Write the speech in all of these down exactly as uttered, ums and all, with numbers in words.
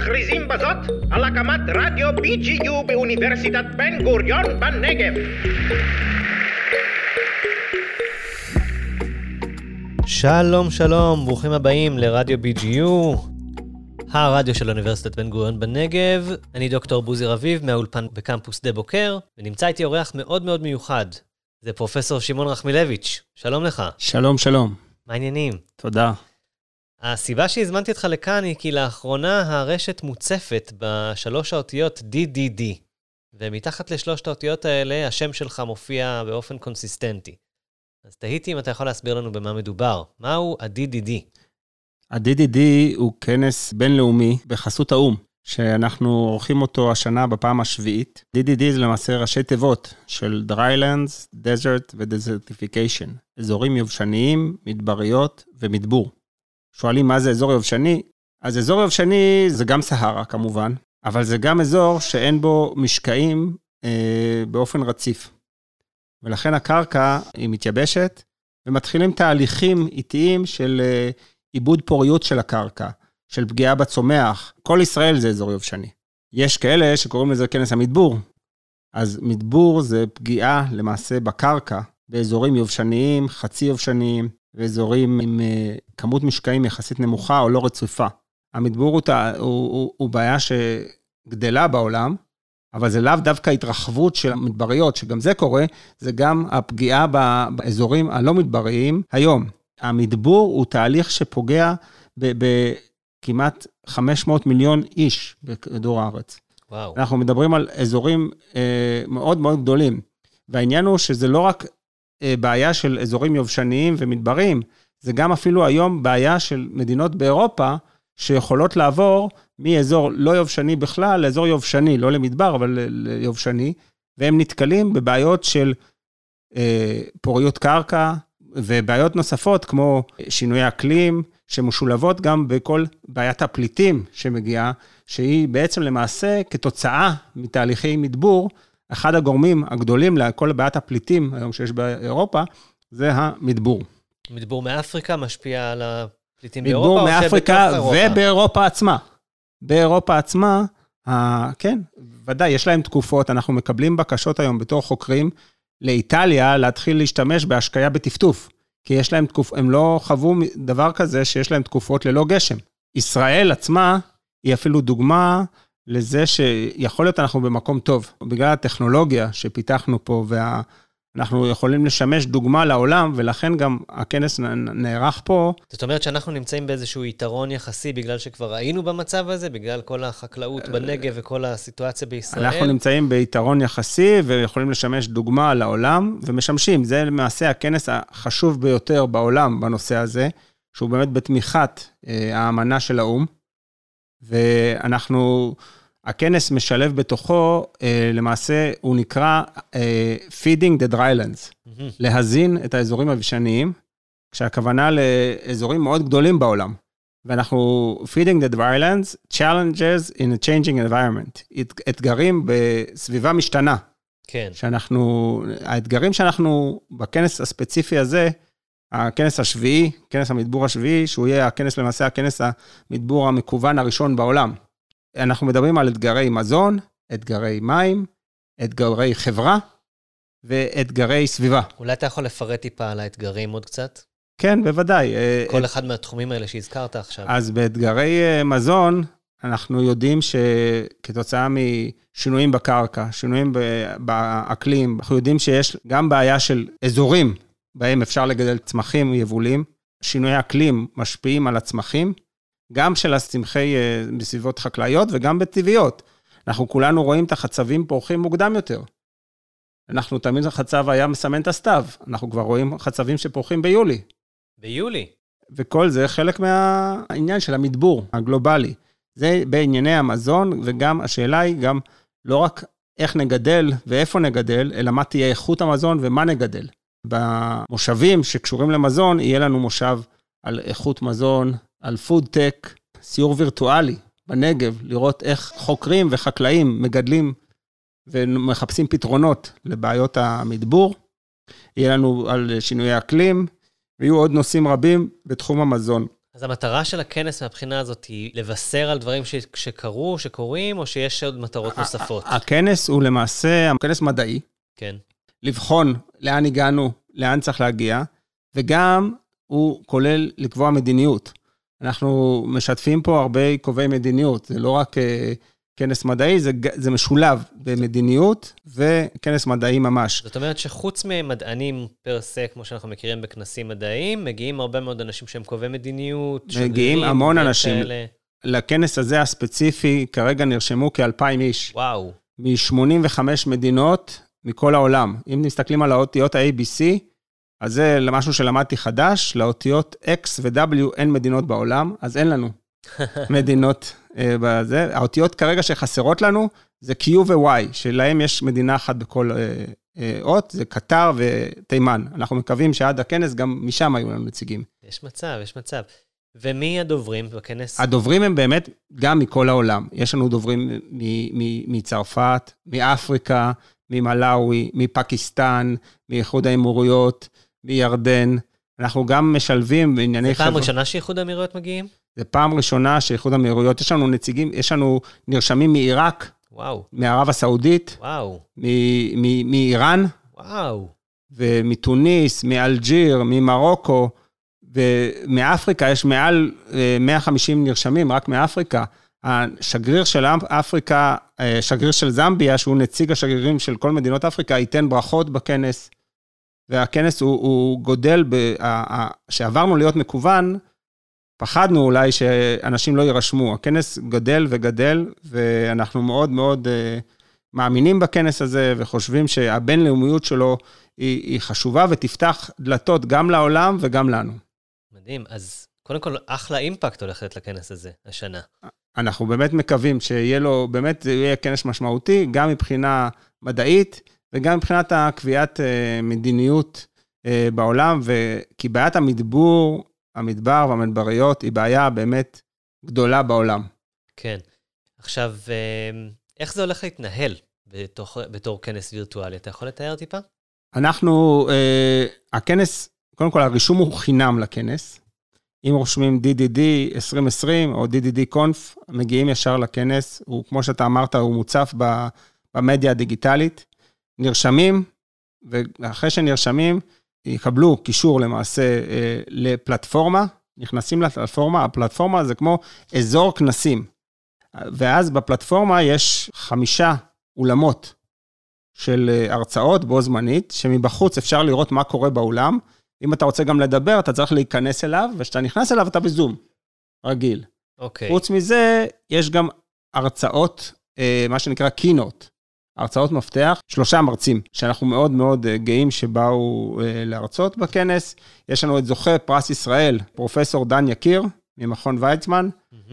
מכריזים בזאת על הקמת רדיו בי ג'י יו באוניברסיטת בן גוריון בנגב. שלום שלום, ברוכים הבאים לרדיו בי ג'י יו, הרדיו של אוניברסיטת בן גוריון בנגב. אני דוקטור בוזי רביב מהאולפן בקמפוס דה בוקר, ונמצא איתי אורח מאוד מאוד מיוחד. זה פרופסור שמעון רחמילביץ'. שלום לך. שלום שלום. מה העניינים? תודה. הסיבה שהזמנתי אותך לכאן היא כי לאחרונה הרשת מוצפת בשלוש האותיות די די די, ומתחת לשלושת האותיות האלה השם שלך מופיע באופן קונסיסטנטי. אז תהיתי אם אתה יכול להסביר לנו במה מדובר. מהו ה-די די די? ה-די די די הוא כנס בינלאומי בחסות האום, שאנחנו עורכים אותו השנה בפעם השביעית. די די די זה למעשה ראשי תיבות של Drylands, Desert ו-Desertification, אזורים יובשניים, מדבריות ומדבור. שואלים מה זה אזור יובשני? אז אזור יובשני זה גם סהרה כמובן, אבל זה גם אזור שאין בו משקעים אה, באופן רציף. ולכן הקרקע היא מתייבשת, ומתחילים תהליכים איטיים של אה, עיבוד פוריות של הקרקע, של פגיעה בצומח. כל ישראל זה אזור יובשני. יש כאלה שקוראים לזה כנס המדבור. אז מדבור זה פגיעה למעשה בקרקע, באזורים יובשניים, חצי יובשניים, ואזורים עם uh, כמות משקעים יחסית נמוכה או לא רצופה. המדבור הוא, הוא, הוא, הוא בעיה שגדלה בעולם, אבל זה לאו דווקא התרחבות של המדבריות, שגם זה קורה, זה גם הפגיעה באזורים הלא מדבריים היום. המדבור הוא תהליך שפוגע בכמעט חמש מאות מיליון איש בכדור הארץ. וואו. אנחנו מדברים על אזורים אה, מאוד מאוד גדולים, והעניין הוא שזה לא רק בעיה של אזורים יובשניים ומדברים, זה גם אפילו היום בעיה של מדינות באירופה, שיכולות לעבור מאזור לא יובשני בכלל, לאזור יובשני, לא למדבר, אבל ליובשני, והם נתקלים בבעיות של אה, פוריות קרקע, ובעיות נוספות כמו שינוי אקלים, שמשולבות גם בכל בעיית הפליטים שמגיעה, שהיא בעצם למעשה כתוצאה מתהליכי מדבור, אחד הגורמים הגדולים לכל בעיית הפליטים היום שיש באירופה, זה המדבור. מדבור מאפריקה משפיע על הפליטים באירופה? מדבור מאפריקה ובאירופה עצמה. באירופה עצמה, כן, ודאי, יש להם תקופות, אנחנו מקבלים בקשות היום בתור חוקרים, לאיטליה להתחיל להשתמש בהשקיה בטפטוף, כי יש להם תקופ, הם לא חוו דבר כזה שיש להם תקופות ללא גשם. ישראל עצמה היא אפילו דוגמה לזה שיכול להיות אנחנו במקום טוב, בגלל הטכנולוגיה שפיתחנו פה, ואנחנו יכולים לשמש דוגמה לעולם, ולכן גם הכנס נערך פה. זאת אומרת שאנחנו נמצאים באיזשהו יתרון יחסי, בגלל שכבר היינו במצב הזה, בגלל כל החקלאות בנגב וכל הסיטואציה בישראל. אנחנו נמצאים ביתרון יחסי, ויכולים לשמש דוגמה לעולם, ומשמשים. זה למעשה הכנס החשוב ביותר בעולם בנושא הזה, שהוא באמת בתמיכת האמנה של האום, ואנחנו... הכנס משלב בתוכו, למעשה הוא נקרא Feeding the Drylands, mm-hmm. להזין את האזורים היבשניים, כשהכוונה לאזורים מאוד גדולים בעולם. ואנחנו Feeding the Drylands, Challenges in a Changing Environment, אתגרים בסביבה משתנה. כן. שאנחנו, האתגרים שאנחנו, בכנס הספציפי הזה, הכנס השביעי, כנס המדבור השביעי, שהוא יהיה הכנס למעשה, הכנס המדבור המקוון הראשון בעולם. אנחנו מדברים על אתגרי מזון, אתגרי מים, אתגרי חברה, ואתגרי סביבה. אולי אתה יכול לפרט טיפה על האתגרים עוד קצת? כן, בוודאי. כל אחד מהתחומים האלה שהזכרת עכשיו. אז באתגרי מזון, אנחנו יודעים שכתוצאה משינויים בקרקע, שינויים באקלים, אנחנו יודעים שיש גם בעיה של אזורים, בהם אפשר לגדל צמחים יבולים, שינויי אקלים משפיעים על הצמחים, גם של הצמחי בסביבות חקלאיות וגם בטבעיות. אנחנו כולנו רואים את החצבים פורחים מוקדם יותר. אנחנו תמיד החצב היה מסמן את הסתיו. אנחנו כבר רואים חצבים שפורחים ביולי. ביולי. וכל זה חלק מהעניין של המדבור הגלובלי. זה בענייני המזון, וגם השאלה היא גם לא רק איך נגדל ואיפה נגדל, אלא מה תהיה איכות המזון ומה נגדל. במושבים שקשורים למזון, יהיה לנו מושב על איכות מזון, על פוד-טק, סיור וירטואלי בנגב, לראות איך חוקרים וחקלאים מגדלים ומחפשים פתרונות לבעיות המדבור. יהיה לנו על שינויי אקלים, ויהיו עוד נושאים רבים בתחום המזון. אז המטרה של הכנס מהבחינה הזאת היא לבשר על דברים ש... שקרו, שקורים, או שיש עוד מטרות נוספות? הכנס הוא למעשה, הכנס מדעי. כן. לבחון לאן הגענו, לאן צריך להגיע, וגם הוא כולל לקבוע מדיניות. אנחנו משתפים פה הרבה קובעי מדיניות, זה לא רק כנס מדעי, זה, זה משולב במדיניות וכנס מדעי ממש. זאת אומרת שחוץ ממדענים פר סה, כמו שאנחנו מכירים בכנסים מדעיים, מגיעים הרבה מאוד אנשים שהם קובעי מדיניות. מגיעים המון אנשים. כאלה. לכנס הזה הספציפי, כרגע נרשמו כאלפיים איש. וואו. מ-שמונים וחמש מדינות מכל העולם. אם מסתכלים על האותיות ה-A B C, אז זה משהו שלמדתי חדש, לאותיות X ו-W אין מדינות בעולם, אז אין לנו מדינות אה, בזה. האותיות כרגע שחסרות לנו, זה Q ו-Y, שלהם יש מדינה אחת בכל אה, אה, אות, זה קטר ותימן. אנחנו מקווים שעד הכנס גם משם היו לנו נציגים. יש מצב, יש מצב. ומי הדוברים בכנס? הדוברים הם באמת גם מכל העולם. יש לנו דוברים מצרפת, מאפריקה, ממלאווי, מפקיסטן, מאיחוד האמירויות, מירדן. אנחנו גם משלבים בענייני חברה. זה פעם ראשונה שאיחוד האמירויות מגיעים? זה פעם ראשונה שאיחוד האמירויות, יש לנו נציגים, יש לנו נרשמים מעיראק, וואו. מערב הסעודית, וואו. מאיראן, וואו. ומתוניס, מאלג'יר, ממרוקו, ומאפריקה יש מעל מאה וחמישים נרשמים, רק מאפריקה. השגריר של אפריקה, שגריר של זמביה, שהוא נציג השגרירים של כל מדינות אפריקה, ייתן ברכות בכנס, והכנס הוא, הוא גודל, ב, שעברנו להיות מקוון, פחדנו אולי שאנשים לא יירשמו. הכנס גדל וגדל, ואנחנו מאוד מאוד מאמינים בכנס הזה, וחושבים שהבינלאומיות שלו היא, היא חשובה, ותפתח דלתות גם לעולם וגם לנו. מדהים, אז קודם כל, אחלה אימפקט הולכת לכנס הזה, השנה. אנחנו באמת מקווים שיהיה לו, באמת זה יהיה כנס משמעותי, גם מבחינה מדעית, וגם מבחינת הקביעת מדיניות בעולם, כי בעיית המדבור, המדבר והמדבריות, היא בעיה באמת גדולה בעולם. כן. עכשיו, איך זה הולך להתנהל בתור, בתור כנס וירטואלי? אתה יכול לתאר טיפה? אנחנו, הכנס, קודם כל, הרישום הוא חינם לכנס. אם רושמים די די די עשרים עשרים או די די די קונף, מגיעים ישר לכנס. הוא, כמו שאתה אמרת, הוא מוצף במדיה הדיגיטלית. נרשמים, ואחרי שנרשמים, יקבלו קישור למעשה לפלטפורמה, נכנסים לפלטפורמה, הפלטפורמה זה כמו אזור כנסים, ואז בפלטפורמה יש חמישה אולמות של הרצאות בו זמנית, שמבחוץ אפשר לראות מה קורה באולם, אם אתה רוצה גם לדבר, אתה צריך להיכנס אליו, וכשאתה נכנס אליו אתה בזום, רגיל. אוקיי. חוץ מזה, יש גם הרצאות, מה שנקרא קינות, הרצאות מפתח, שלושה מרצים, שאנחנו מאוד מאוד גאים שבאו להרצות בכנס. יש לנו את זוכה פרס ישראל, פרופסור דן יקיר, ממכון ויצמן, mm-hmm.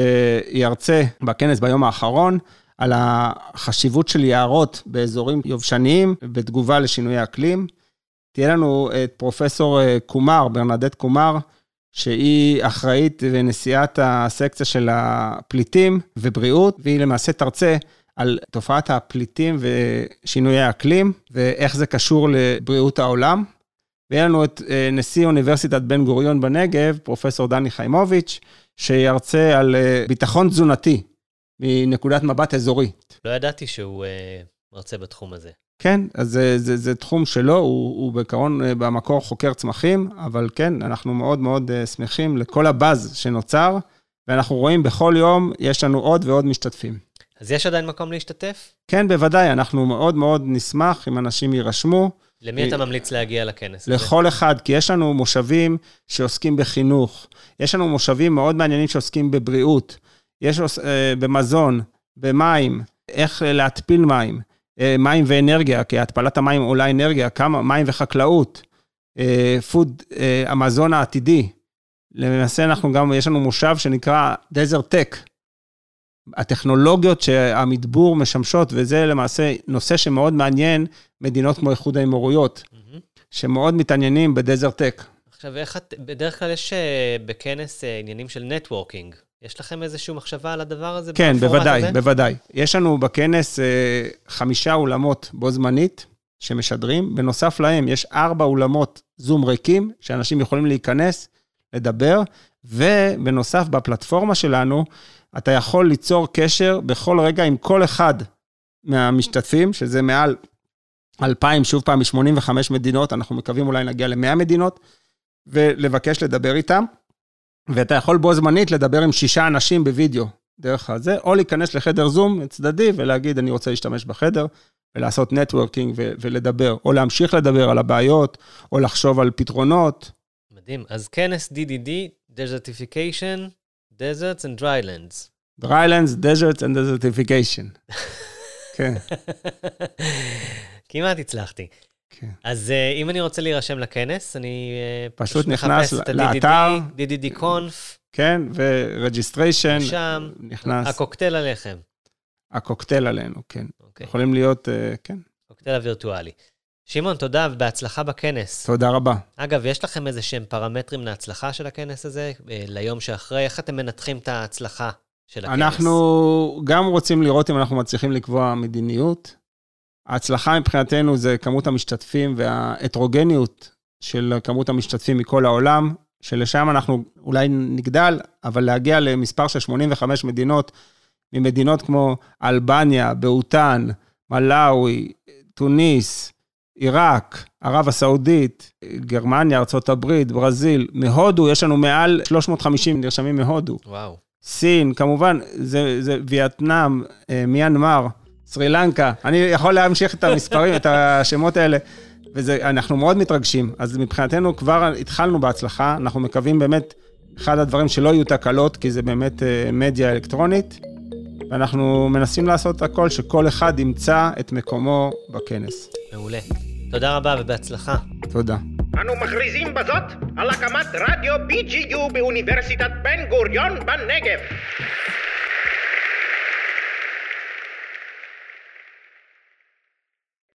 שירצה בכנס ביום האחרון, על החשיבות של יערות באזורים יובשניים, בתגובה לשינוי האקלים. תהיה לנו את פרופסור קומר, ברנדט קומר, שהיא אחראית ונשיאת הסקציה של הפליטים ובריאות, והיא למעשה תרצה, על תופעת הפליטים ושינויי האקלים, ואיך זה קשור לבריאות העולם. ויהיה לנו את נשיא אוניברסיטת בן גוריון בנגב, פרופסור דני חיימוביץ', שירצה על ביטחון תזונתי, מנקודת מבט אזורית. לא ידעתי שהוא מרצה בתחום הזה. כן, אז זה, זה, זה תחום שלו, הוא, הוא בעיקרון במקור חוקר צמחים, אבל כן, אנחנו מאוד מאוד שמחים לכל הבאז שנוצר, ואנחנו רואים בכל יום, יש לנו עוד ועוד משתתפים. אז יש עדיין מקום להשתתף? כן, בוודאי, אנחנו מאוד מאוד נשמח אם אנשים יירשמו. למי אתה ממליץ להגיע לכנס? לכל אחד, כי יש לנו מושבים שעוסקים בחינוך, יש לנו מושבים מאוד מעניינים שעוסקים בבריאות, יש במזון, במים, איך להתפיל מים, מים ואנרגיה, כי התפלת המים עולה אנרגיה, כמה מים וחקלאות, פוד, המזון העתידי. למעשה אנחנו גם, יש לנו מושב שנקרא Desert Tech, הטכנולוגיות שהמדבור משמשות, וזה למעשה נושא שמאוד מעניין מדינות כמו איחוד האמירויות, mm-hmm. שמאוד מתעניינים בדזרט טק. עכשיו, איך את, בדרך כלל יש בכנס עניינים של נטוורקינג. יש לכם איזושהי מחשבה על הדבר הזה? כן, בוודאי, הזה? בוודאי. יש לנו בכנס חמישה אולמות בו זמנית שמשדרים. בנוסף להם יש ארבע אולמות זום ריקים, שאנשים יכולים להיכנס, לדבר, ובנוסף, בפלטפורמה שלנו, אתה יכול ליצור קשר בכל רגע עם כל אחד מהמשתתפים, שזה מעל אלפיים, שוב פעם, מ-שמונים וחמש מדינות, אנחנו מקווים אולי נגיע ל-מאה מדינות, ולבקש לדבר איתם, ואתה יכול בו זמנית לדבר עם שישה אנשים בווידאו, דרך הזה, או להיכנס לחדר זום צדדי, ולהגיד, אני רוצה להשתמש בחדר, ולעשות נטוורקינג ו- ולדבר, או להמשיך לדבר על הבעיות, או לחשוב על פתרונות. מדהים. אז כנס די די די, Desertification, Deserts and Drylands. Drylands, Deserts and Desertification. כן. כמעט הצלחתי. כן. אז אם אני רוצה להירשם לכנס, אני פשוט נכנס לאתר. די די די קונף. כן, ו-registration. שם, נכנס. הקוקטייל עליכם. הקוקטייל עלינו, כן. אוקיי. יכולים להיות, כן. קוקטייל הווירטואלי. שמעון, תודה ובהצלחה בכנס. תודה רבה. אגב, יש לכם איזה שהם פרמטרים להצלחה של הכנס הזה, ליום שאחרי? איך אתם מנתחים את ההצלחה של הכנס? אנחנו גם רוצים לראות אם אנחנו מצליחים לקבוע מדיניות. ההצלחה מבחינתנו זה כמות המשתתפים וההטרוגניות של כמות המשתתפים מכל העולם, שלשם אנחנו אולי נגדל, אבל להגיע למספר של שמונים וחמש מדינות, ממדינות כמו אלבניה, באוטן, מלאווי, טוניס, עיראק, ערב הסעודית, גרמניה, ארצות הברית, ברזיל, מהודו, יש לנו מעל שלוש מאות וחמישים נרשמים מהודו. וואו. סין, כמובן, זה, זה וייטנאם, מיינמר, סרי לנקה, אני יכול להמשיך את המספרים, את השמות האלה, ואנחנו מאוד מתרגשים, אז מבחינתנו כבר התחלנו בהצלחה, אנחנו מקווים באמת, אחד הדברים שלא יהיו תקלות, כי זה באמת מדיה אלקטרונית, ואנחנו מנסים לעשות הכל, שכל אחד ימצא את מקומו בכנס. מעולה. תודה רבה ובהצלחה. תודה. אנו מכריזים בזאת על הקמת רדיו בי ג'י יו באוניברסיטת בן גוריון בנגב.